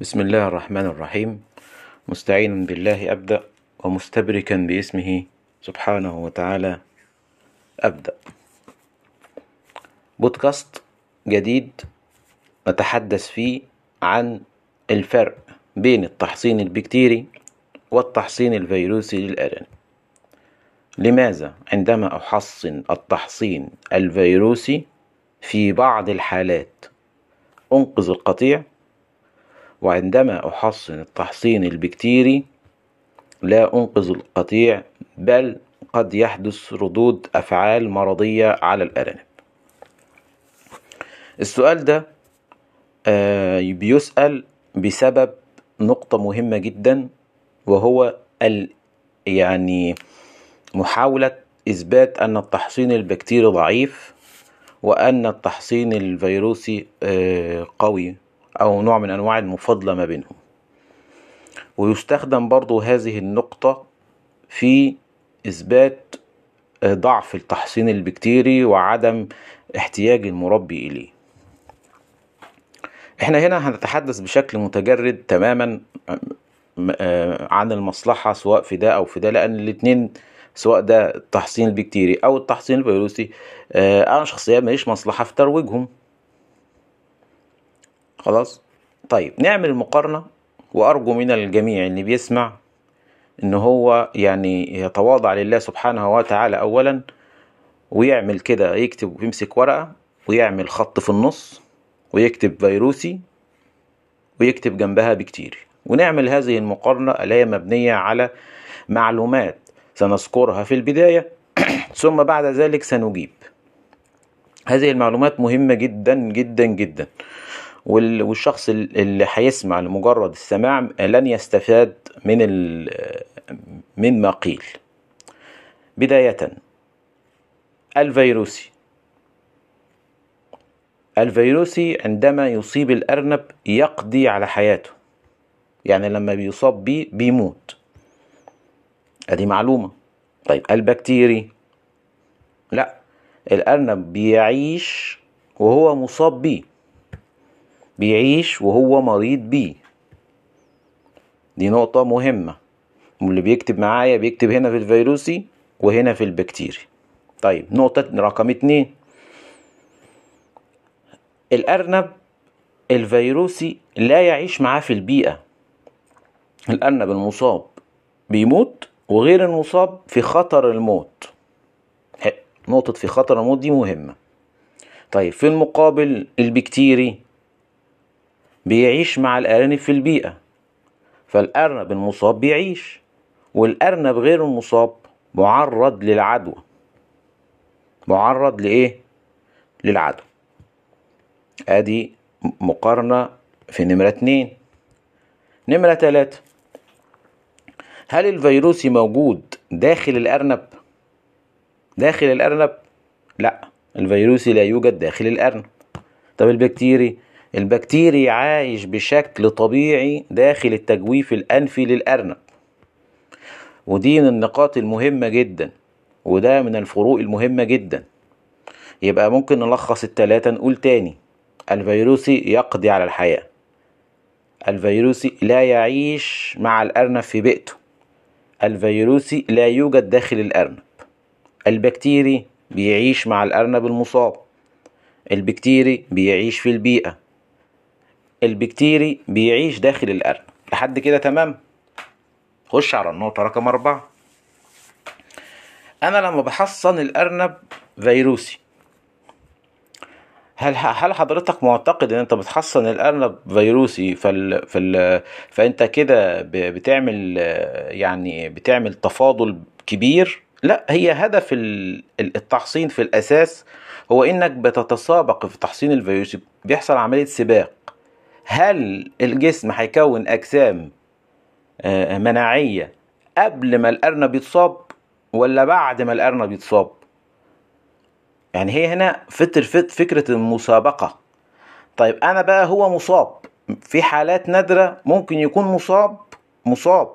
بسم الله الرحمن الرحيم. مستعينا بالله أبدأ ومستبركا باسمه سبحانه وتعالى أبدأ. بودكاست جديد نتحدث فيه عن الفرق بين التحصين البكتيري والتحصين الفيروسي للأرانب. لماذا عندما أحصن التحصين الفيروسي في بعض الحالات أنقذ القطيع، وعندما أحصن التحصين البكتيري لا أنقذ القطيع، بل قد يحدث ردود أفعال مرضية على الأرانب؟ السؤال ده بيسأل بسبب نقطة مهمة جدا، وهو محاولة إثبات أن التحصين البكتيري ضعيف وأن التحصين الفيروسي قوي، أو نوع من أنواع المفاضلة ما بينهم. ويستخدم برضو هذه النقطة في إثبات ضعف التحصين البكتيري وعدم احتياج المربي إليه. احنا هنا هنتحدث بشكل متجرد تماما عن المصلحة، سواء في ده أو في ده، لأن الاتنين سواء ده التحصين البكتيري أو التحصين الفيروسي أنا شخصيا ماليش مصلحة في ترويجهم. خلاص، طيب نعمل المقارنة، وأرجو من الجميع اللي بيسمع إن هو يتواضع لله سبحانه وتعالى أولا، ويعمل كده، يكتب ويمسك ورقة ويعمل خط في النص ويكتب فيروسي ويكتب جنبها بكتيري، ونعمل هذه المقارنة اللي هي مبنية على معلومات سنذكرها في البداية ثم بعد ذلك سنجيب. هذه المعلومات مهمة جدا جدا جدا، والشخص اللي هيسمع لمجرد السماع لن يستفاد من ما قيل. بداية، الفيروسي عندما يصيب الأرنب يقضي على حياته، يعني لما بيصاب بيه بيموت، ادي معلومة. طيب البكتيري لا، الأرنب بيعيش وهو مصاب بيه، بيعيش وهو مريض بيه. دي نقطة مهمة، واللي بيكتب معايا بيكتب هنا في الفيروسي وهنا في البكتيري. طيب نقطة رقم 2، الأرنب الفيروسي لا يعيش معاه في البيئة. الأرنب المصاب بيموت، وغير المصاب في خطر الموت. نقطة في خطر الموت دي مهمة. طيب في المقابل البكتيري بيعيش مع الأرانب في البيئة، فالأرنب المصاب بيعيش، والأرنب غير المصاب معرض للعدوى. معرض لإيه؟ للعدوى. ادي مقارنة في نمرة 2. نمرة 3، هل الفيروسي موجود داخل الأرنب؟ داخل الأرنب؟ لا، الفيروسي لا يوجد داخل الأرنب. طب البكتيري عايش بشكل طبيعي داخل التجويف الأنفي للأرنب، ودي من النقاط المهمة جدا، وده من الفروق المهمة جدا. يبقى ممكن نلخص الثلاثة نقول تاني: الفيروسي يقضي على الحياة، الفيروسي لا يعيش مع الأرنب في بيئته، الفيروسي لا يوجد داخل الأرنب، البكتيري بيعيش مع الأرنب المصاب، البكتيري بيعيش في البيئة، البكتيري بيعيش داخل الأرنب. لحد كده تمام؟ خش على النقطة رقم 4. أنا لما بحصن الأرنب فيروسي، هل حضرتك معتقد ان انت بتحصن الارنب فيروسي فانت كده بتعمل تفاضل كبير؟ لا، هي هدف التحصين في الاساس هو انك بتتسابق في تحصين الفيروسي، بيحصل عملية سباق. هل الجسم هيكون اجسام مناعية قبل ما الارنب يتصاب ولا بعد ما الارنب يتصاب؟ يعني هي هنا فكرة المسابقة. طيب أنا بقى هو مصاب، في حالات نادرة ممكن يكون مصاب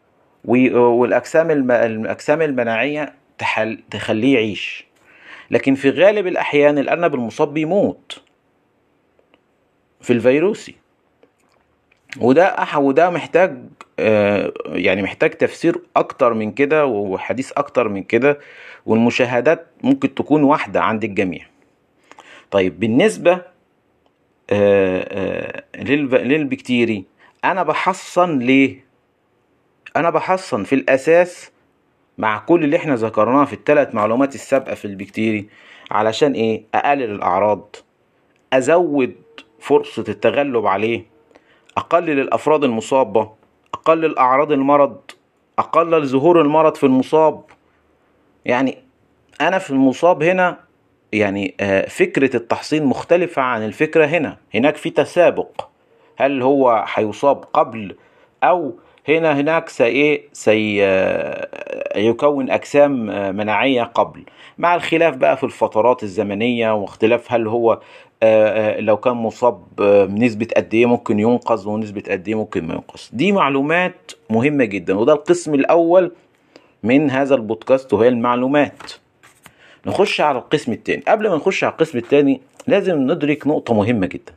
والأجسام المناعية تخليه يعيش، لكن في غالب الأحيان الأرنب المصاب بيموت في الفيروسي. وده محتاج يعني محتاج تفسير اكتر من كده وحديث اكتر من كده، والمشاهدات ممكن تكون واحدة عند الجميع. طيب بالنسبة للبكتيري، انا بحصن ليه؟ انا بحصن في الاساس مع كل اللي احنا ذكرناه في الثلاث معلومات السابقة في البكتيري، علشان ايه؟ اقلل الاعراض، ازود فرصة التغلب عليه، اقلل الافراد المصابة، اقلل اعراض المرض، اقلل ظهور المرض في المصاب. يعني انا في المصاب هنا، يعني فكرة التحصين مختلفة عن الفكرة هنا. هناك في تسابق، هل هو هيصاب قبل، او هناك يكون اجسام مناعية قبل، مع الخلاف بقى في الفترات الزمنية، واختلاف هل هو لو كان مصاب نسبة قد ايه ممكن ينقذ ونسبة قد ايه ممكن ما ينقذ. دي معلومات مهمة جدا، وده القسم الاول من هذا البودكاست، وهي المعلومات. نخش على القسم الثاني. قبل ما نخش على القسم الثاني لازم ندرك نقطة مهمة جدا.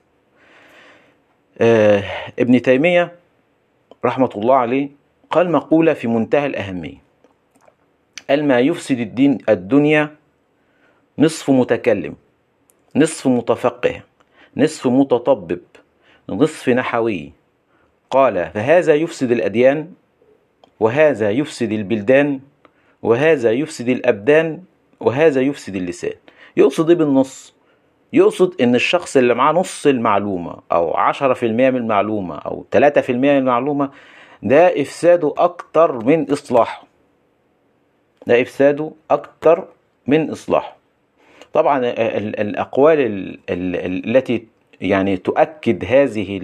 ابن تيمية رحمة الله عليه قال مقولة في منتهى الأهمية، قال: ما يفسد الدنيا نصف متكلم، نصف متفقه، نصف متطبب، نصف نحوي. قال: فهذا يفسد الأديان، وهذا يفسد البلدان، وهذا يفسد الأبدان، وهذا يفسد اللسان. يقصد ايه بالنص؟ يقصد ان الشخص اللي معاه نص المعلومة او 10% من المعلومة او 3% من المعلومة، ده افساده اكتر من اصلاحه. ده افساده اكتر من اصلاحه. طبعا الاقوال التي يعني تؤكد هذه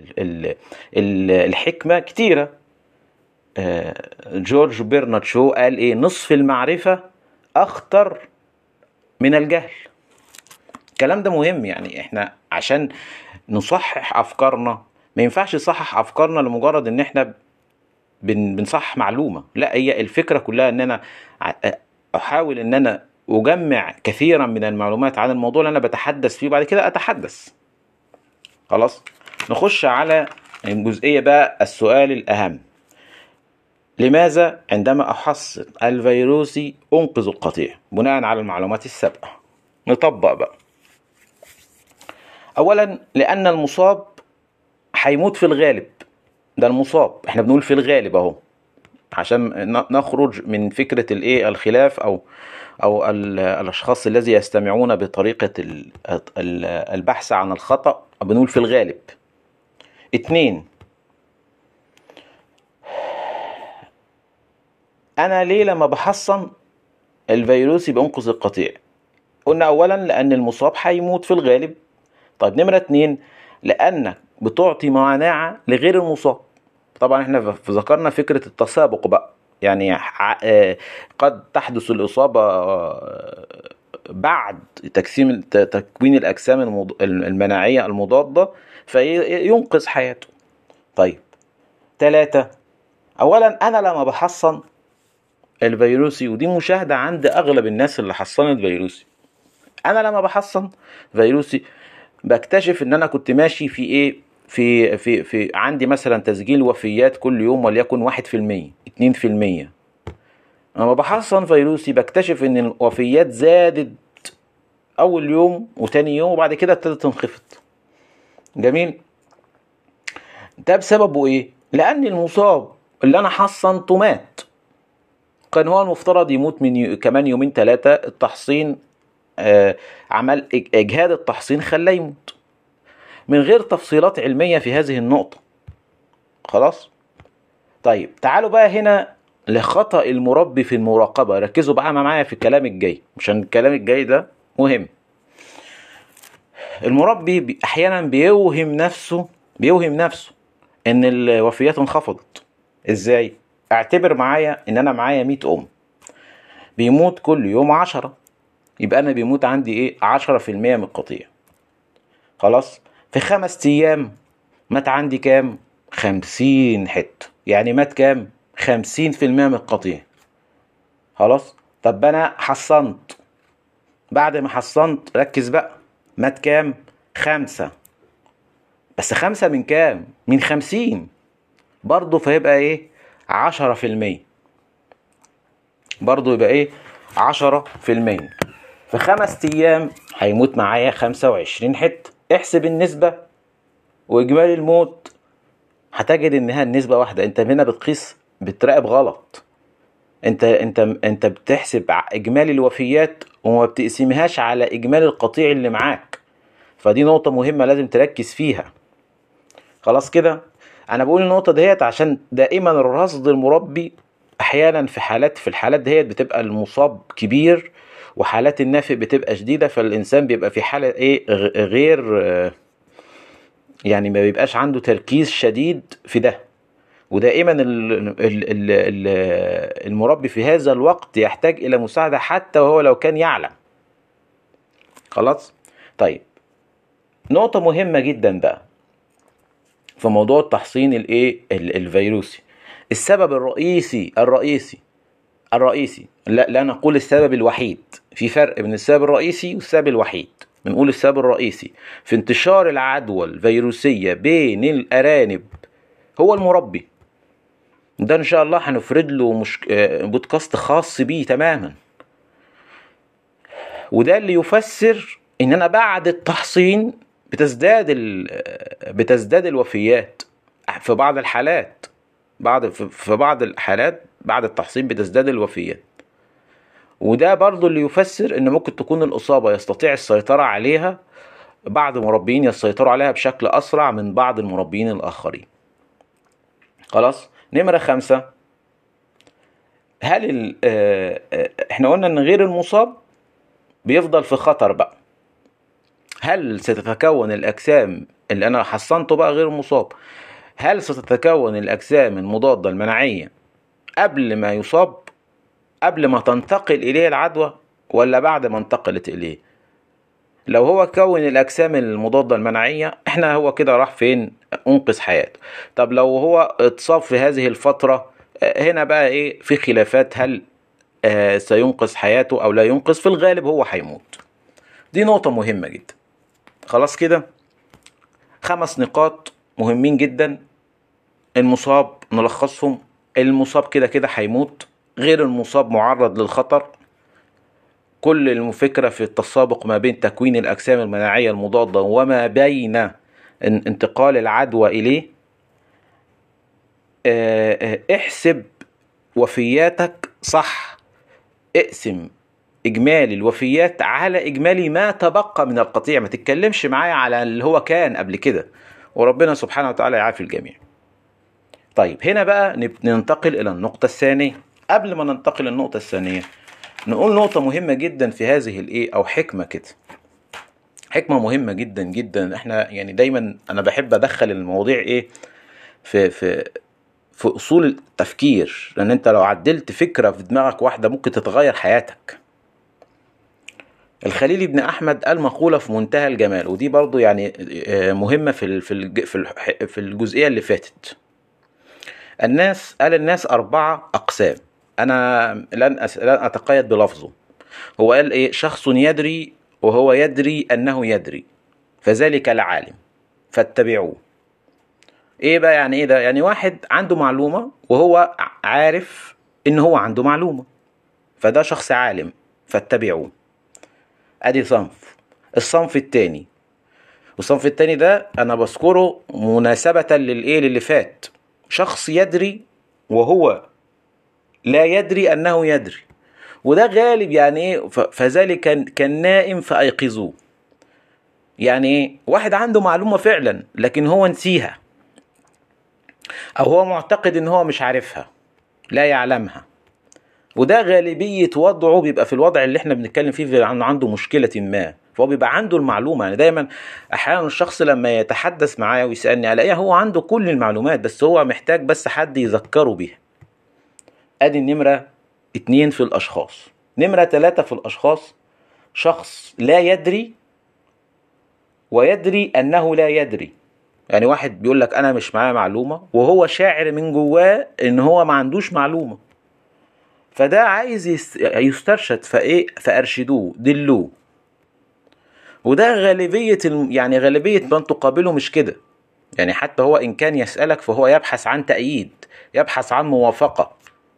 الحكمة كتيرة. جورج برنارد شو قال ايه؟ نصف المعرفة اخطر من الجهل. الكلام ده مهم. يعني احنا عشان نصحح افكارنا، ما ينفعش نصحح افكارنا لمجرد ان احنا بنصحح معلومة. لا، هي الفكرة كلها ان انا احاول ان انا اجمع كثيرا من المعلومات عن الموضوع اللي انا بتحدث فيه، وبعد كده اتحدث. خلاص، نخش على الجزئية بقى، السؤال الاهم: لماذا عندما احصن الفيروسي انقذ القطيع؟ بناء على المعلومات السابقة نطبق بقى. اولا، لان المصاب هيموت في الغالب. ده المصاب، احنا بنقول في الغالب اهو، عشان نخرج من فكرة الايه الخلاف او الاشخاص الذي يستمعون بطريقة البحث عن الخطأ، بنقول في الغالب. 2، انا ليه لما بحصن الفيروسي بانقذ القطيع؟ قلنا اولا لان المصاب هيموت في الغالب. طيب نمرة 2، لانك بتعطي مناعة لغير المصاب. طبعا احنا ذكرنا فكرة التسابق بقى، يعني قد تحدث الإصابة بعد تكوين الأجسام المناعية المضادة فينقذ حياته. طيب 3، أولا أنا لما بحصن الفيروسي، ودي مشاهدة عند أغلب الناس اللي حصنت فيروسي، أنا لما بحصن فيروسي بكتشف إن أنا كنت ماشي في إيه، في عندي مثلا تسجيل وفيات كل يوم وليكن 1%، 2%. لما بحصن فيروسي بكتشف ان الوفيات زادت اول يوم وتاني يوم، وبعد كده ابتدت تنخفض. جميل. ده بسببه ايه؟ لان المصاب اللي انا حصنته مات. كان هو المفترض يموت من كمان يومين 3. التحصين عمل اجهاد التحصين خلاه يموت، من غير تفصيلات علمية في هذه النقطة. خلاص. طيب تعالوا بقى هنا لخطأ المربي في المراقبة. ركزوا بقى معايا في الكلام الجاي، عشان الكلام الجاي ده مهم. المربي احيانا بيوهم نفسه ان الوفيات انخفضت. ازاي؟ اعتبر معايا ان انا معايا 100 ام، بيموت كل يوم 10، يبقى انا بيموت عندي ايه؟ 10% من القطيع. خلاص. في 5 ايام مات عندي كام؟ 50 حتة. يعني مات كام؟ 50% من القطيع. خلاص. طب انا حصنت، بعد ما حصنت ركز بقى، مات كام؟ 5. بس 5 من كام؟ من 50 برضه، فيبقى ايه؟ 10%. برضه يبقى ايه؟ 10%. في 5 ايام هيموت معايا 25 حتة. احسب النسبة واجمالي الموت، هتجد انها النسبة واحدة. انت هنا بتقيس، بتراقب غلط. انت بتحسب اجمالي الوفيات وما بتقسمهاش على اجمالي القطيع اللي معاك. فدي نقطة مهمة لازم تركز فيها. خلاص كده. انا بقول النقطة ديت عشان دائما الرصد المربي احيانا في الحالات ديت بتبقى المصاب كبير وحالات النافق بتبقى شديدة، فالانسان بيبقى في حالة ايه غير، يعني ما بيبقاش عنده تركيز شديد في ده. ودائما المربي في هذا الوقت يحتاج الى مساعدة حتى وهو لو كان يعلم. خلاص. طيب، نقطة مهمة جدا بقى في موضوع التحصين الفيروسي. السبب الرئيسي، لا نقول السبب الوحيد، في فرق بين السبب الرئيسي والسبب الوحيد. بنقول السبب الرئيسي في انتشار العدوى الفيروسية بين الأرانب هو المربي. ده ان شاء الله هنفرد له بودكاست خاص بيه تماما. وده اللي يفسر ان انا بعد التحصين بتزداد الوفيات في بعض الحالات. في بعض الحالات بعد التحصين بتزداد الوفيات. وده برضو اللي يفسر ان ممكن تكون الإصابة يستطيع السيطرة عليها بعض المربيين، يسيطروا عليها بشكل أسرع من بعض المربيين الآخرين. خلاص. نمرة 5، هل احنا قلنا ان غير المصاب بيفضل في خطر بقى. هل ستتكون الأجسام اللي أنا حصنته بقى غير مصاب، هل ستتكون الأجسام المضادة المناعية قبل ما يصاب، قبل ما تنتقل إليه العدوى، ولا بعد ما انتقلت إليه؟ لو هو كون الأجسام المضادة المناعية، احنا هو كده راح فين؟ انقذ حياته. طب لو هو اتصاب في هذه الفترة، هنا بقى ايه؟ في خلافات، هل سينقذ حياته أو لا ينقذ؟ في الغالب هو هيموت. دي نقطة مهمة جدا. خلاص كده. 5 نقاط مهمين جدا. المصاب نلخصهم: المصاب كده كده هيموت، غير المصاب معرض للخطر. كل الفكرة في التسابق ما بين تكوين الأجسام المناعية المضادة وما بين انتقال العدوى إليه. احسب وفياتك صح، اقسم إجمالي الوفيات على إجمالي ما تبقى من القطيع. ما تتكلمش معايا على اللي هو كان قبل كده، وربنا سبحانه وتعالى يعافي الجميع. طيب، هنا بقى ننتقل إلى النقطة الثانية. قبل ما ننتقل للنقطة الثانية، نقول نقطة مهمة جدا في هذه أو حكمة كده، حكمة مهمة جدا جدا. احنا يعني دايما أنا بحب أدخل المواضيع في أصول التفكير، لأن أنت لو عدلت فكرة في دماغك واحدة ممكن تتغير حياتك. الخليل بن أحمد قال مقولة في منتهى الجمال، ودي برضو يعني مهمة في الجزئية اللي فاتت. الناس 4 أقسام. أنا لن أتقيد بلفظه. هو قال إيه؟ شخص يدري وهو يدري أنه يدري، فذلك العالم فاتبعوه. إيه بقى يعني إيه ده؟ يعني واحد عنده معلومة وهو عارف إن هو عنده معلومة، فده شخص عالم فاتبعوه. أدي صنف. الصنف التاني، والصنف التاني ده أنا بذكره مناسبة للي فات. شخص يدري وهو لا يدري أنه يدري، وده غالب. يعني إيه؟ فذلك كان نائم فأيقظوه. يعني إيه؟ واحد عنده معلومة فعلا لكن هو نسيها، أو هو معتقد إن هو مش عارفها، لا يعلمها. وده غالبية وضعه بيبقى في الوضع اللي احنا بنتكلم فيه، في عنده مشكلة ما، فهو بيبقى عنده المعلومة. يعني دايما أحيانا الشخص لما يتحدث معايا ويسألني ألاقيه هو عنده كل المعلومات، بس هو محتاج بس حد يذكره بيها. أدي النمرة 2 في الأشخاص. نمرة 3 في الأشخاص، شخص لا يدري ويدري أنه لا يدري. يعني واحد بيقول لك أنا مش معايا معلومة وهو شاعر من جواه إن هو ما عندوش معلومة، فده عايز يسترشد، فأرشدوه، دلوه. وده غالبية من تقابله مش كده. يعني حتى هو إن كان يسألك فهو يبحث عن تأييد، يبحث عن موافقة،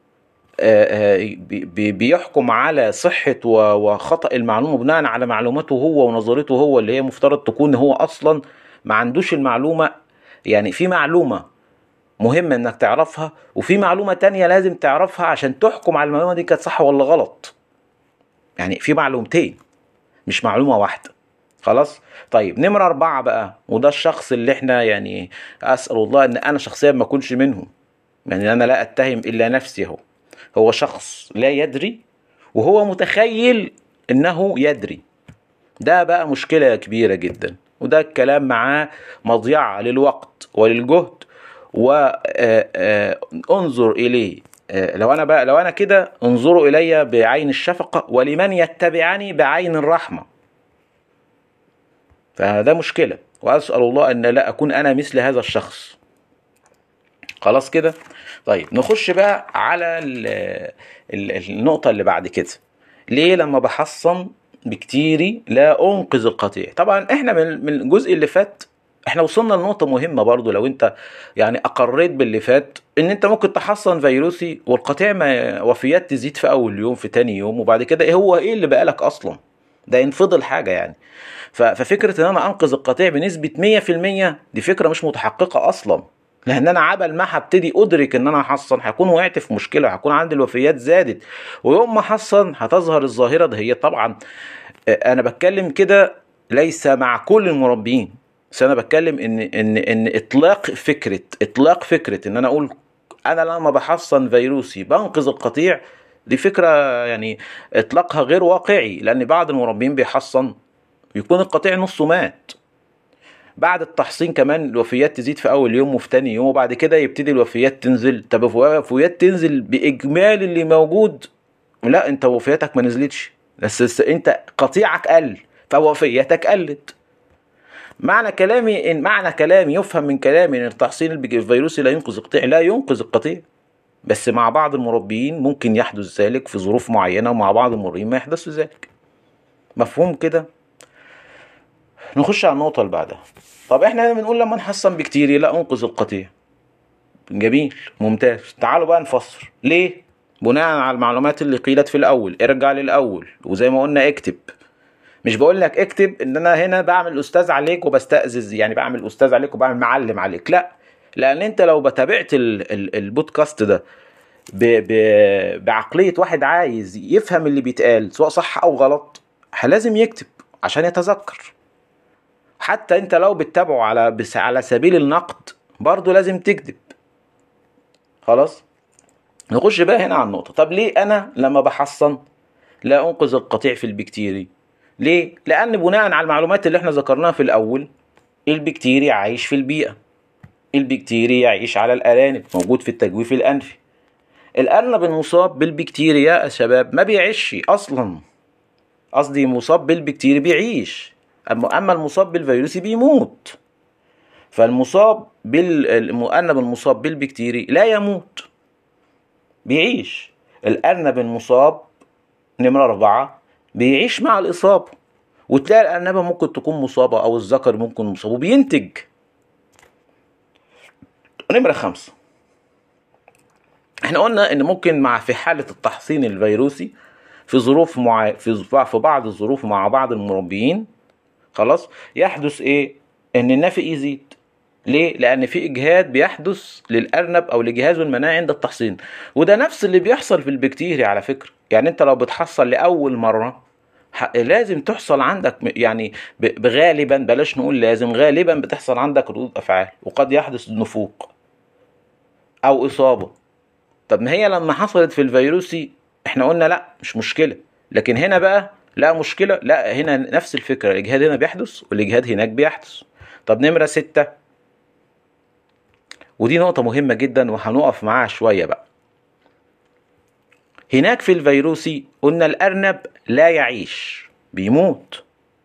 بيحكم على صحة وخطأ المعلومة بناء على معلوماته هو ونظريته هو، اللي هي مفترض تكون هو أصلا ما عندوش المعلومة. يعني في معلومة مهمة انك تعرفها، وفي معلومة تانية لازم تعرفها عشان تحكم على المعلومة دي كانت صح ولا غلط. يعني في معلومتين مش معلومة واحدة. خلاص. طيب نمرة 4 بقى، وده الشخص اللي احنا يعني أسأل الله ان انا شخصيا ما اكونش منهم، يعني انا لا اتهم الا نفسي. هو شخص لا يدري وهو متخيل انه يدري. ده بقى مشكلة كبيرة جدا، وده الكلام معاه مضيعة للوقت وللجهد. وانظر اليه، لو انا كده انظروا الي بعين الشفقة، ولمن يتبعني بعين الرحمة. فده مشكلة، واسأل الله ان لا اكون انا مثل هذا الشخص. خلاص كده. طيب نخش بقى على النقطة اللي بعد كده. ليه لما بحصن بكتيري لا انقذ القطيع؟ طبعا احنا من الجزء اللي فات احنا وصلنا لنقطة مهمة برضو. لو انت يعني اقريت باللي فات ان انت ممكن تحصن فيروسي والقطيع ما وفيات تزيد في اول يوم في تاني يوم، وبعد كده ايه اللي بقالك اصلا؟ ده ينفضل حاجة يعني. ففكرة ان انا انقذ القطيع بنسبة 100% دي فكرة مش متحققة اصلا، لان انا عبل ما هبتدي ادرك ان انا هحصن هكون وقعت في مشكله، هكون عندي الوفيات زادت. ويوم ما احصن هتظهر الظاهره ده. هي طبعا انا بتكلم كده ليس مع كل المربين، بس انا بتكلم ان اطلاق فكره ان انا اقول انا لما بحصن فيروسي بنقذ القطيع، دي فكره يعني اطلاقها غير واقعي. لان بعض المربين بيحصن يكون القطيع نصه مات، بعد التحصين كمان الوفيات تزيد في اول يوم وفي تاني يوم، وبعد كده يبتدي الوفيات تنزل. طب الوفيات تنزل باجمال اللي موجود؟ لا، انت وفياتك ما نزلتش، بس انت قطيعك قل فوفياتك قلت. معنى كلامي يفهم من كلامي ان التحصين الفيروسي لا ينقذ القطيع، لا ينقذ القطيع، بس مع بعض المربيين ممكن يحدث ذلك في ظروف معينة، ومع بعض المربيين ما يحدث ذلك. مفهوم كده؟ نخش على النقطة اللي بعدها. طب احنا بنقول لما نحصن بكتيريا لا انقذ القطيع. جميل، ممتاز. تعالوا بقى نفسر ليه. بناء على المعلومات اللي قيلت في الاول، ارجع للاول وزي ما قلنا اكتب. مش بقول لك اكتب ان انا هنا بعمل استاذ عليك وبستأذز، يعني بعمل استاذ عليك وبعمل معلم عليك، لا. لان انت لو بتابعت البودكاست ده بعقلية واحد عايز يفهم اللي بيتقال سواء صح او غلط، لازم يكتب عشان يتذكر. حتى انت لو بتتابعه على سبيل النقد برضو لازم تكذب. خلاص. نخش بقى هنا على النقطة. طب ليه انا لما بحصن لا انقذ القطيع في البكتيري؟ ليه؟ لان بناء على المعلومات اللي احنا ذكرناها في الاول، البكتيري عايش في البيئة، البكتيري يعيش على الارانب، موجود في التجويف الانفي. الارنب المصاب بالبكتيريا يا شباب ما بيعيش اصلا، قصدي مصاب بالبكتيري بيعيش، اما المصاب بالفيروسي بيموت. الأرنب المصاب بالبكتيري لا يموت، بيعيش. الأرنب المصاب نمرة 4 بيعيش مع الإصابة، وتلاقي الأرنبة ممكن تكون مصابة أو الذكر ممكن مصاب وبينتج. نمرة 5 احنا قلنا ان ممكن في حالة التحصين الفيروسي في ظروف في بعض الظروف مع بعض المربيين، خلاص، يحدث ايه؟ ان النافق يزيد. ليه؟ لان في اجهاد بيحدث للارنب او لجهازه المناعي عند التحصين، وده نفس اللي بيحصل في البكتيريا على فكرة. يعني انت لو بتحصل لاول مرة لازم تحصل عندك، يعني غالبا، بلاش نقول لازم، غالبا بتحصل عندك ردود افعال، وقد يحدث نفوق او اصابة. طب ما هي لما حصلت في الفيروسي احنا قلنا لا مش مشكلة، لكن هنا بقى لا مشكلة. لا، هنا نفس الفكرة، الاجهاد هنا بيحدث والاجهاد هناك بيحدث. طب نمرة 6، ودي نقطة مهمة جدا وهنقف معاها شوية بقى. هناك في الفيروسي قلنا الأرنب لا يعيش، بيموت.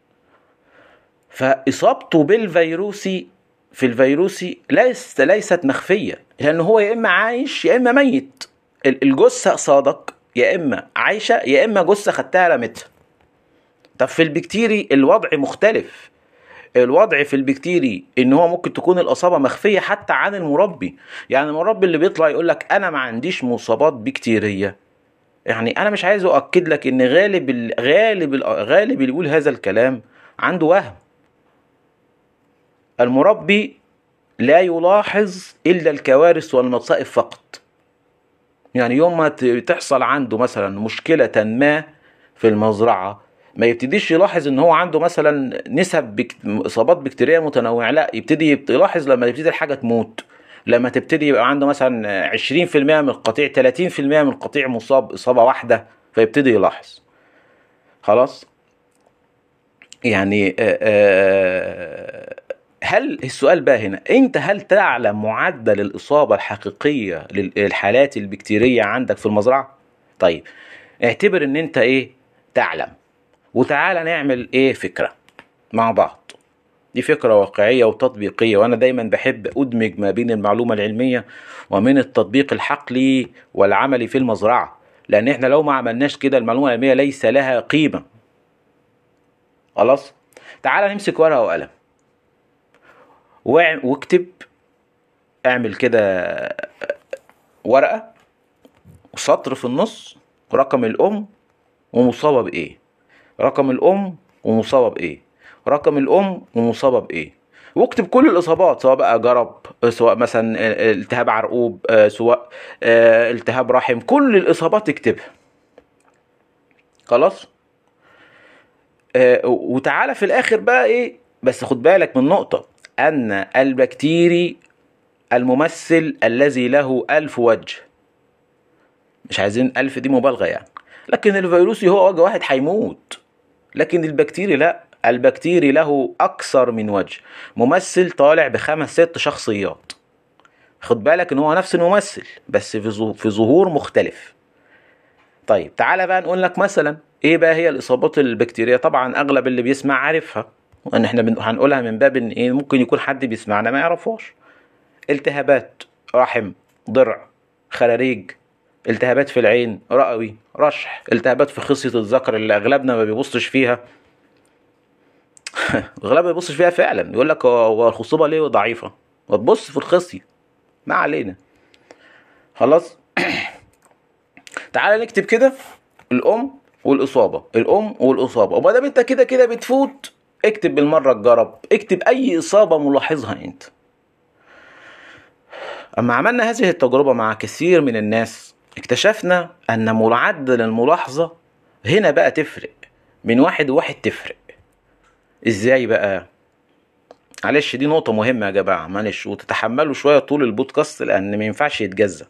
فإصابته بالفيروسي في الفيروسي ليست مخفية، لأنه هو يا إما عايش يا إما ميت. الجثة قصادك يا إما عايشة يا إما جثة خدتها رمتها. طب في البكتيري الوضع مختلف، الوضع في البكتيري ان هو ممكن تكون الاصابه مخفيه حتى عن المربي. يعني المربي اللي بيطلع يقول لك انا ما عنديش مصابات بكتيريه، يعني انا مش عايز اؤكد لك ان غالب اللي بيقول هذا الكلام عنده وهم. المربي لا يلاحظ الا الكوارث والمصائب فقط. يعني يوم ما تحصل عنده مثلا مشكله ما في المزرعه، ما يبتديش يلاحظ ان هو عنده مثلا نسب اصابات بكتيريه متنوعه، لا، يبتدي يلاحظ لما تبتدي الحاجه تموت، لما تبتدي يبقى عنده مثلا 20% من القطيع، 30% من القطيع مصاب اصابه واحده، فيبتدي يلاحظ. خلاص. يعني هل السؤال بقى هنا، انت هل تعلم معدل الاصابه الحقيقيه للحالات البكتيريه عندك في المزرعه؟ طيب اعتبر ان انت ايه تعلم، وتعالى نعمل ايه فكره مع بعض. دي فكره واقعيه وتطبيقيه، وانا دايما بحب ادمج ما بين المعلومه العلميه ومن التطبيق الحقلي والعملي في المزرعه، لان احنا لو ما عملناش كده المعلومه العلميه ليس لها قيمه. خلاص. تعالى نمسك ورقه وقلم واكتب، اعمل كده ورقه وسطر في النص رقم الام ومصابه بايه، رقم الام ومصابه بايه، رقم الام ومصابه بايه، واكتب كل الاصابات، سواء بقى جرب، سواء مثلا التهاب عرقوب، سواء التهاب رحم، كل الاصابات اكتبها. خلاص. وتعالى في الاخر بقى ايه، بس خد بالك من نقطة، ان البكتيري الممثل الذي له 1000 وجه، مش عايزين 1000 دي مبالغة يعني، لكن الفيروسي هو وجه واحد هيموت، لكن البكتيري لا، البكتيري له اكثر من وجه، ممثل طالع ب5 6 شخصيات. خد بالك ان هو نفس الممثل بس في ظهور مختلف. طيب تعالى بقى نقول لك مثلا ايه بقى هي الاصابات البكتيريه. طبعا اغلب اللي بيسمع عارفها، وان احنا هنقولها من باب ان ايه ممكن يكون حد بيسمعنا ما يعرفهاش. التهابات رحم، ضرع، خراريج، التهابات في العين، رئوي، رشح، التهابات في خصية الذكر اللي اغلبنا ما بيبصش فيها. اغلبنا ما بيبصش فيها فعلا، يقول لك هو الخصوبة ليه ضعيفة، وتبص في الخصية. ما علينا. خلاص. تعالى نكتب كده الام والاصابه، الام والاصابه، وما دام انت كده كده بتفوت اكتب بالمره الجرب، اكتب اي اصابه ملاحظها انت. اما عملنا هذه التجربه مع كثير من الناس اكتشفنا ان معدل الملاحظه هنا بقى تفرق من واحد وواحد، تفرق ازاي بقى؟ معلش دي نقطه مهمه يا جماعه، معلش وتتحملوا شويه طول البودكاست لان ما ينفعش يتجزأ.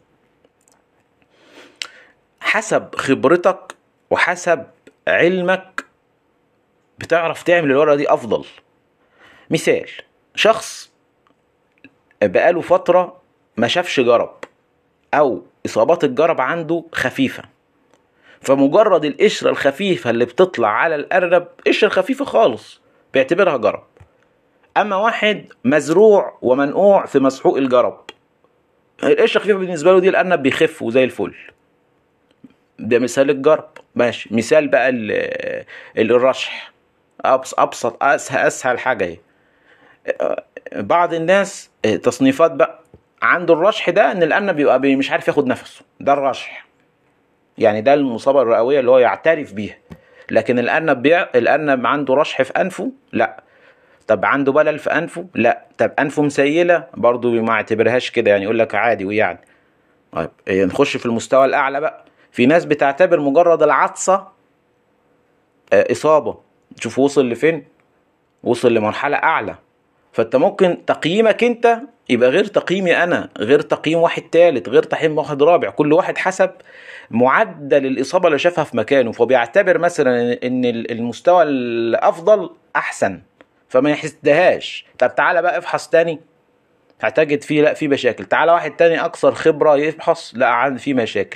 حسب خبرتك وحسب علمك بتعرف تعمل الورقة دي أفضل. مثال، شخص بقاله فترة ما شافش جرب، أو إصابات الجرب عنده خفيفة، فمجرد القشرة الخفيفة اللي بتطلع على الأرنب، قشرة خفيفة خالص، بيعتبرها جرب. أما واحد مزروع ومنقوع في مسحوق الجرب، القشرة خفيفة بالنسبة له دي الأرنب بيخف وزي الفل. ده مثال الجرب. ماشي. مثال بقى الرشح، ابسط اسهل حاجه اهي. بعض الناس تصنيفات بقى عنده الرشح ده ان الارنب بيبقى مش عارف ياخد نفسه، ده الرشح، يعني ده المصابه الرئويه اللي هو يعترف بيها. لكن الارنب عنده رشح في انفه؟ لا. طب عنده بلل في انفه؟ لا. طب انفه مسيله؟ برضه ما اعتبرهاش كده، يعني يقول لك عادي ويعني. طيب نخش في المستوى الاعلى بقى. في ناس بتعتبر مجرد العطسه اصابه. شوف وصل لفين، وصل لمرحله اعلى. فانت ممكن تقييمك انت يبقى غير تقييمي انا، غير تقييم واحد تالت، غير تقييم واحد رابع، كل واحد حسب معدل الاصابه اللي شافها في مكانه، فبيعتبر مثلا ان المستوى الافضل احسن فما يحسدهاش. طب تعالى بقى افحص تاني هتجد فيه لا في مشاكل. تعالى واحد تاني اكثر خبره يفحص، لا عند فيه مشاكل.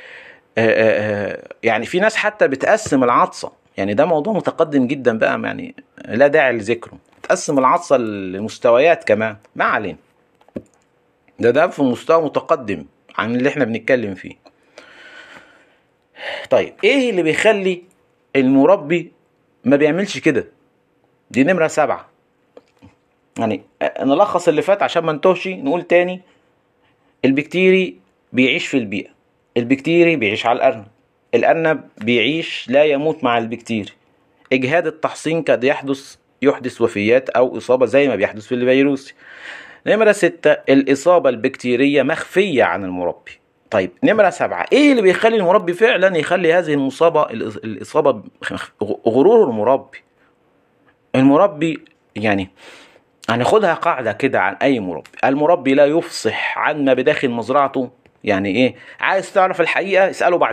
يعني في ناس حتى بتقسم العطسه، يعني ده موضوع متقدم جدا بقى، يعني لا داعي لذكره. تقسم العطسه لمستويات كمان، ما علينا، ده في مستوى متقدم عن اللي احنا بنتكلم فيه. طيب ايه اللي بيخلي المربي ما بيعملش كده؟ دي نمرة 7. يعني نلخص اللي فات عشان ما نتوهش. نقول تاني: البكتيري بيعيش في البيئة، البكتيري بيعيش على الأرنب، الأرنب بيعيش لا يموت مع البكتيري. إجهاد التحصين قد يحدث وفيات أو إصابة زي ما بيحدث في الفيروسي. نمرة 6: الإصابة البكتيرية مخفية عن المربي. طيب نمرة 7: إيه اللي بيخلي المربي فعلا يخلي هذه الإصابة غرور المربي. المربي يعني هناخدها قاعدة كده عن أي مربي: المربي لا يفصح عن ما بداخل مزرعته. يعني إيه؟ عايز تعرف الحقيقة اسأله بعد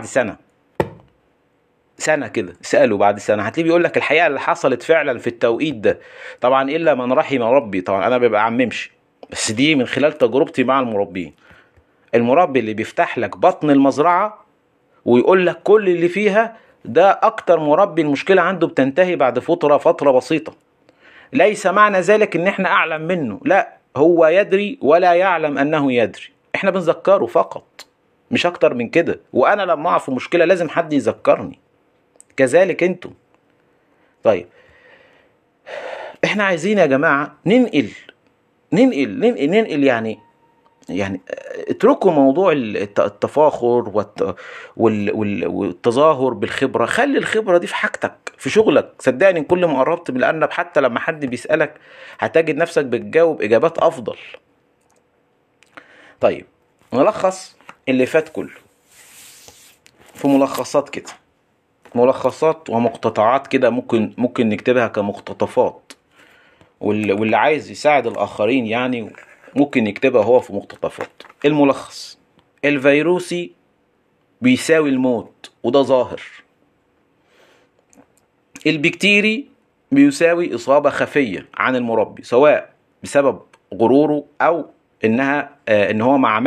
سنة كده، اسأله بعد سنة هتلاقيه بيقول لك الحقيقة اللي حصلت فعلا في التوقيت ده. طبعا إلا من رحم ربي، طبعا أنا ببقى عممش، بس دي من خلال تجربتي مع المربين. المربي اللي بيفتح لك بطن المزرعة ويقول لك كل اللي فيها، ده أكتر مربي المشكلة عنده بتنتهي بعد فترة بسيطة. ليس معنى ذلك ان احنا اعلم منه، لا، هو يدري ولا يعلم انه يدري، احنا بنذكره فقط مش اكتر من كده. وانا لما اقع في مشكلة لازم حد يذكرني، كذلك انتم. طيب احنا عايزين يا جماعة ننقل يعني اتركوا موضوع التفاخر والتظاهر بالخبرة. خلي الخبرة دي في حاجتك في شغلك. صدقني كل ما قربت من الأرنب حتى لما حد بيسألك هتجد نفسك بتجاوب إجابات أفضل. طيب نلخص اللي فات كله في ملخصات كده، ملخصات ومقتطعات كده، ممكن نكتبها كمقتطفات، واللي عايز يساعد الآخرين يعني ممكن يكتبها هو في مقتطفات. الملخص: الفيروسي بيساوي الموت وده ظاهر. البكتيري بيساوي إصابة خفية عن المربي، سواء بسبب غروره أو إن هو ما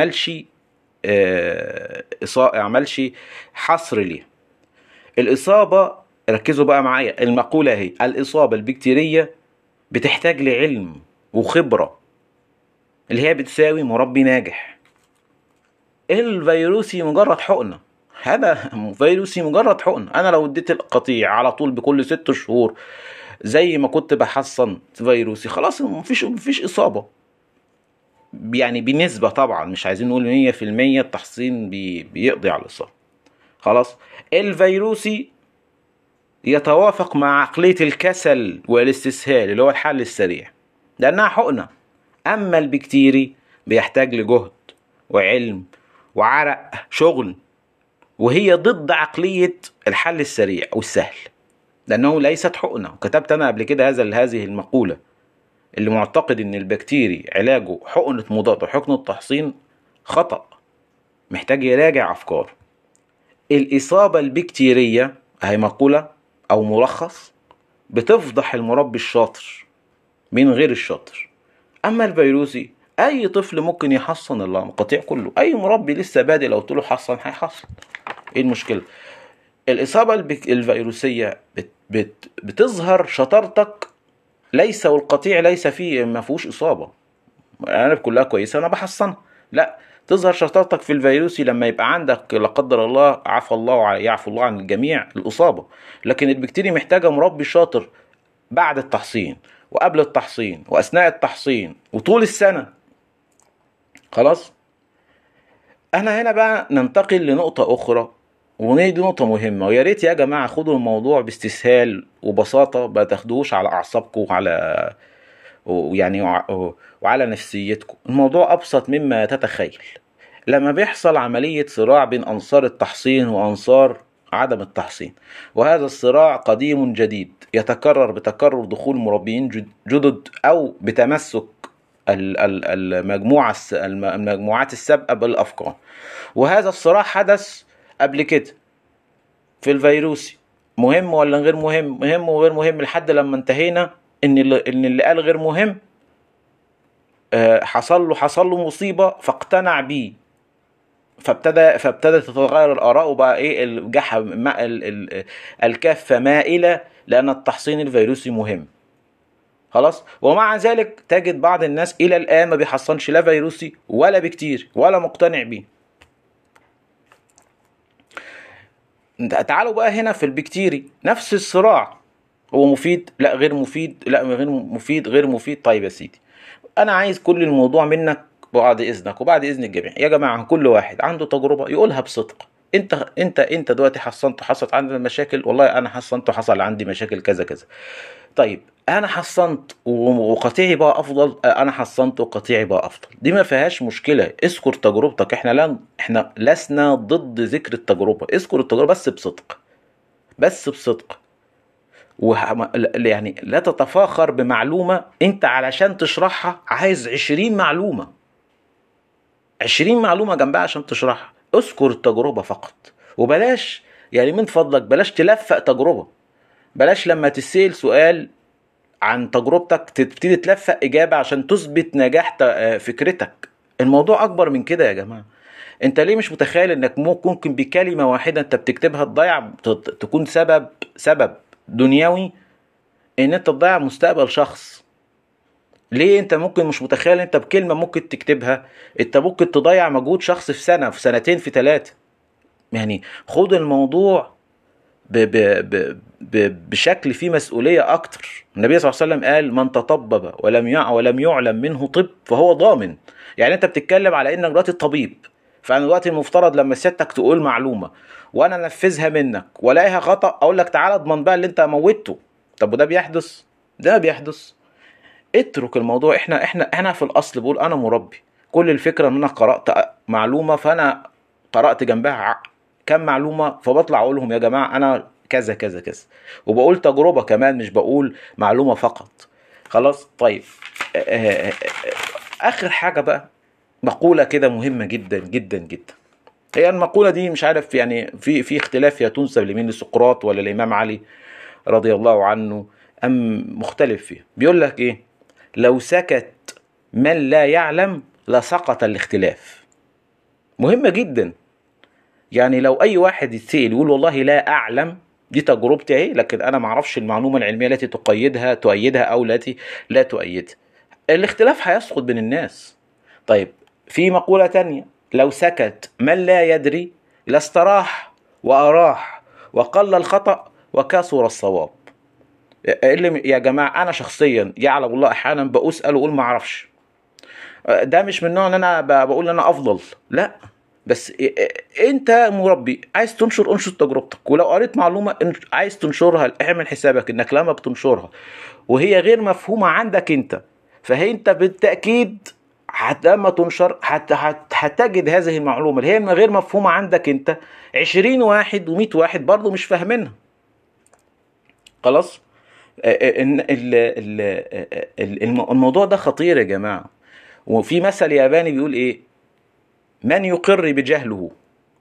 عملش حصر ليه. الإصابة، ركزوا بقى معايا المقولة اهي: الإصابة البكتيرية بتحتاج لعلم وخبرة اللي هي بتساوي مربي ناجح. الفيروسي مجرد حقنة، هذا فيروسي مجرد حقنة. انا لو اديت القطيع على طول بكل 6 شهور زي ما كنت بحصن فيروسي، خلاص مفيش اصابة. يعني بنسبة، طبعا مش عايزين نقول 100% التحصين بيقضي على الاصابة. خلاص. الفيروسي يتوافق مع عقلية الكسل والاستسهال اللي هو الحل السريع لانها حقنة. اما البكتيري بيحتاج لجهد وعلم وعرق شغل، وهي ضد عقلية الحل السريع والسهل لأنه ليست حقنة. وكتبت أنا قبل كده هذه المقولة: اللي معتقد أن البكتيري علاجه حقنة مضاد وحقنة تحصين خطأ، محتاج يراجع أفكاره. الإصابة البكتيرية هي مقولة أو ملخص بتفضح المربي الشاطر من غير الشاطر. أما الفيروسي أي طفل ممكن يحصن القطيع كله، أي مربي لسه بادئ لو قلت له حصن هيحصن. إيه المشكلة؟ الإصابة الفيروسية بتظهر شطارتك، ليس والقطيع ليس فيه ما فيهوش إصابة، الأرانب كلها كويسة أنا بحصنها، لا، تظهر شطارتك في الفيروسي لما يبقى عندك لا قدر الله، عفى الله يعفو الله عن الجميع، الإصابة. لكن البكتيريا محتاجة مربي شاطر بعد التحصين وقبل التحصين وأثناء التحصين وطول السنة. خلاص. أنا هنا بقى ننتقل لنقطة أخرى، ودي نقطة مهمة، ويا ريت يا جماعة خدوا الموضوع باستسهال وبساطة، ما تاخدوش على أعصابكم وعلى نفسيتكم. الموضوع أبسط مما تتخيل. لما بيحصل عملية صراع بين أنصار التحصين وأنصار عدم التحصين، وهذا الصراع قديم جديد يتكرر بتكرر دخول مربيين جدد أو بتمسك المجموعات السابقة بالأفكار. وهذا الصراع حدث قبل كده في الفيروسي، مهم ولا غير مهم، مهم وغير مهم، لحد لما انتهينا ان اللي قال غير مهم حصل له مصيبة فاقتنع بيه، فابتدت تتغير الآراء، وبقى ايه الكافة مائلة لأن التحصين الفيروسي مهم. خلاص. ومع ذلك تجد بعض الناس إلى الآن ما بيحصنش لا فيروسي ولا بكتير ولا مقتنع بيه. تعالوا بقى هنا في البكتيري نفس الصراع، هو مفيد لا غير مفيد، لا غير مفيد غير مفيد. طيب يا سيدي، انا عايز كل الموضوع منك بعد اذنك وبعد اذن الجميع يا جماعه، كل واحد عنده تجربه يقولها بصدق. انت دلوقتي حصلت عندنا مشاكل، والله انا حصلت وحصل عندي مشاكل كذا كذا. طيب انا حصنت وقطيعي بقى افضل، انا حصنت وقطيعي بقى افضل، دي ما فيهاش مشكله. اذكر تجربتك، احنا لسنا ضد ذكر التجربه، اذكر التجربه بس بصدق، بس بصدق. يعني لا تتفاخر بمعلومه انت علشان تشرحها عايز 20 معلومه، 20 معلومه جنبها عشان تشرحها. اذكر التجربه فقط، وبلاش يعني من فضلك بلاش تلفق تجربه. بلاش لما تسأل سؤال عن تجربتك تبتدي تلفق إجابة عشان تثبت نجاح فكرتك. الموضوع أكبر من كده يا جماعة. أنت ليه مش متخيل إنك ممكن بكلمة واحدة أنت بتكتبها تضيع، تكون سبب دنيوي إن أنت تضيع مستقبل شخص؟ ليه أنت مش متخيل أنت بكلمة ممكن تكتبها أنت ممكن تضيع مجهود شخص في سنة، في سنتين، في 3؟ يعني خد الموضوع بشكل فيه مسؤولية أكتر. النبي صلى الله عليه وسلم قال من تطبب ولم يعلم منه طب فهو ضامن. يعني أنت بتتكلم على إنك دلوقتي طبيب، فأنا دلوقتي المفترض لما سيادتك تقول معلومة وأنا أنفذها منك ولاقيها خطأ أقول لك تعالى اضمن بقى اللي أنت موتته. طب وده بيحدث؟ ده بيحدث. اترك الموضوع. احنا في الأصل بقول أنا مربي، كل الفكرة إن أنا قرأت معلومة فأنا قرأت جنبها كم معلومة فبطلع أقولهم يا جماعة أنا كذا كذا كذا، وبقول تجربة كمان مش بقول معلومة فقط. خلاص طيب. آخر حاجة بقى مقولة كده مهمة جدا جدا جدا. هي المقولة دي مش عارف يعني في اختلاف، هي تنسب لمين، لسقراط ولا الإمام علي رضي الله عنه أم مختلف فيه. بيقول لك إيه؟ لو سكت من لا يعلم لسقط الاختلاف. مهمة جدا. يعني لو اي واحد يتسأل يقول والله لا اعلم، دي تجربتي اهي، لكن انا ما اعرفش المعلومه العلميه التي تؤيدها او التي لا تؤيدها، الاختلاف هيسقط بين الناس. طيب في مقوله تانية، لو سكت من لا يدري لاستراح واراح وقل الخطأ وكثر الصواب. اللي يا جماعه انا شخصيا يعلم الله احيانا بسأل واقول ما اعرفش، ده مش من نوع ان انا بقول ان انا افضل، لا، بس انت مربي عايز انشر تجربتك، ولو قريت معلومة عايز تنشرها اعمل حسابك انك لما بتنشرها وهي غير مفهومة عندك انت، فهي انت بالتأكيد لما تنشر هتجد هذه المعلومة اللي هي غير مفهومة عندك انت 20 واحد و100 واحد برضو مش فاهمينها. خلاص. الموضوع ده خطير يا جماعة. وفي مثل ياباني بيقول ايه؟ من يقر بجهله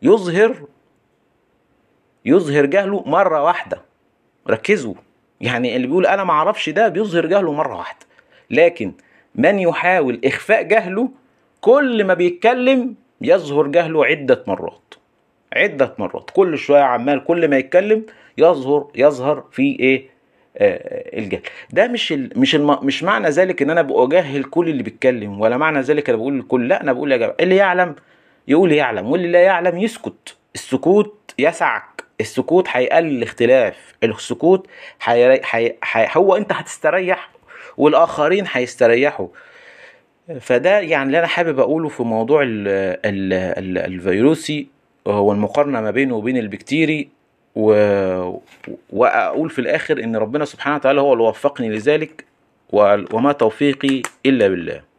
يظهر جهله مرة واحدة. ركزوا، يعني اللي بيقول انا ما اعرفش ده بيظهر جهله مرة واحدة، لكن من يحاول اخفاء جهله كل ما بيتكلم يظهر جهله عدة مرات، كل شوية عمال كل ما يتكلم يظهر في ايه؟ الجهل. ده مش معنى ذلك ان انا بأجهل كل اللي بيتكلم، ولا معنى ذلك انا بقول الكل، لا، انا بقول يا جماعه اللي يعلم يقول يعلم، واللي لا يعلم يسكت. السكوت يسعك، السكوت هيقلل الاختلاف، السكوت هو انت هتستريح والاخرين هيستريحوا. فده يعني اللي انا حابب اقوله في موضوع الفيروسي، هو المقارنه ما بينه وبين البكتيري. وأقول في الآخر إن ربنا سبحانه وتعالى هو اللي وفقني لذلك، وما توفيقي إلا بالله.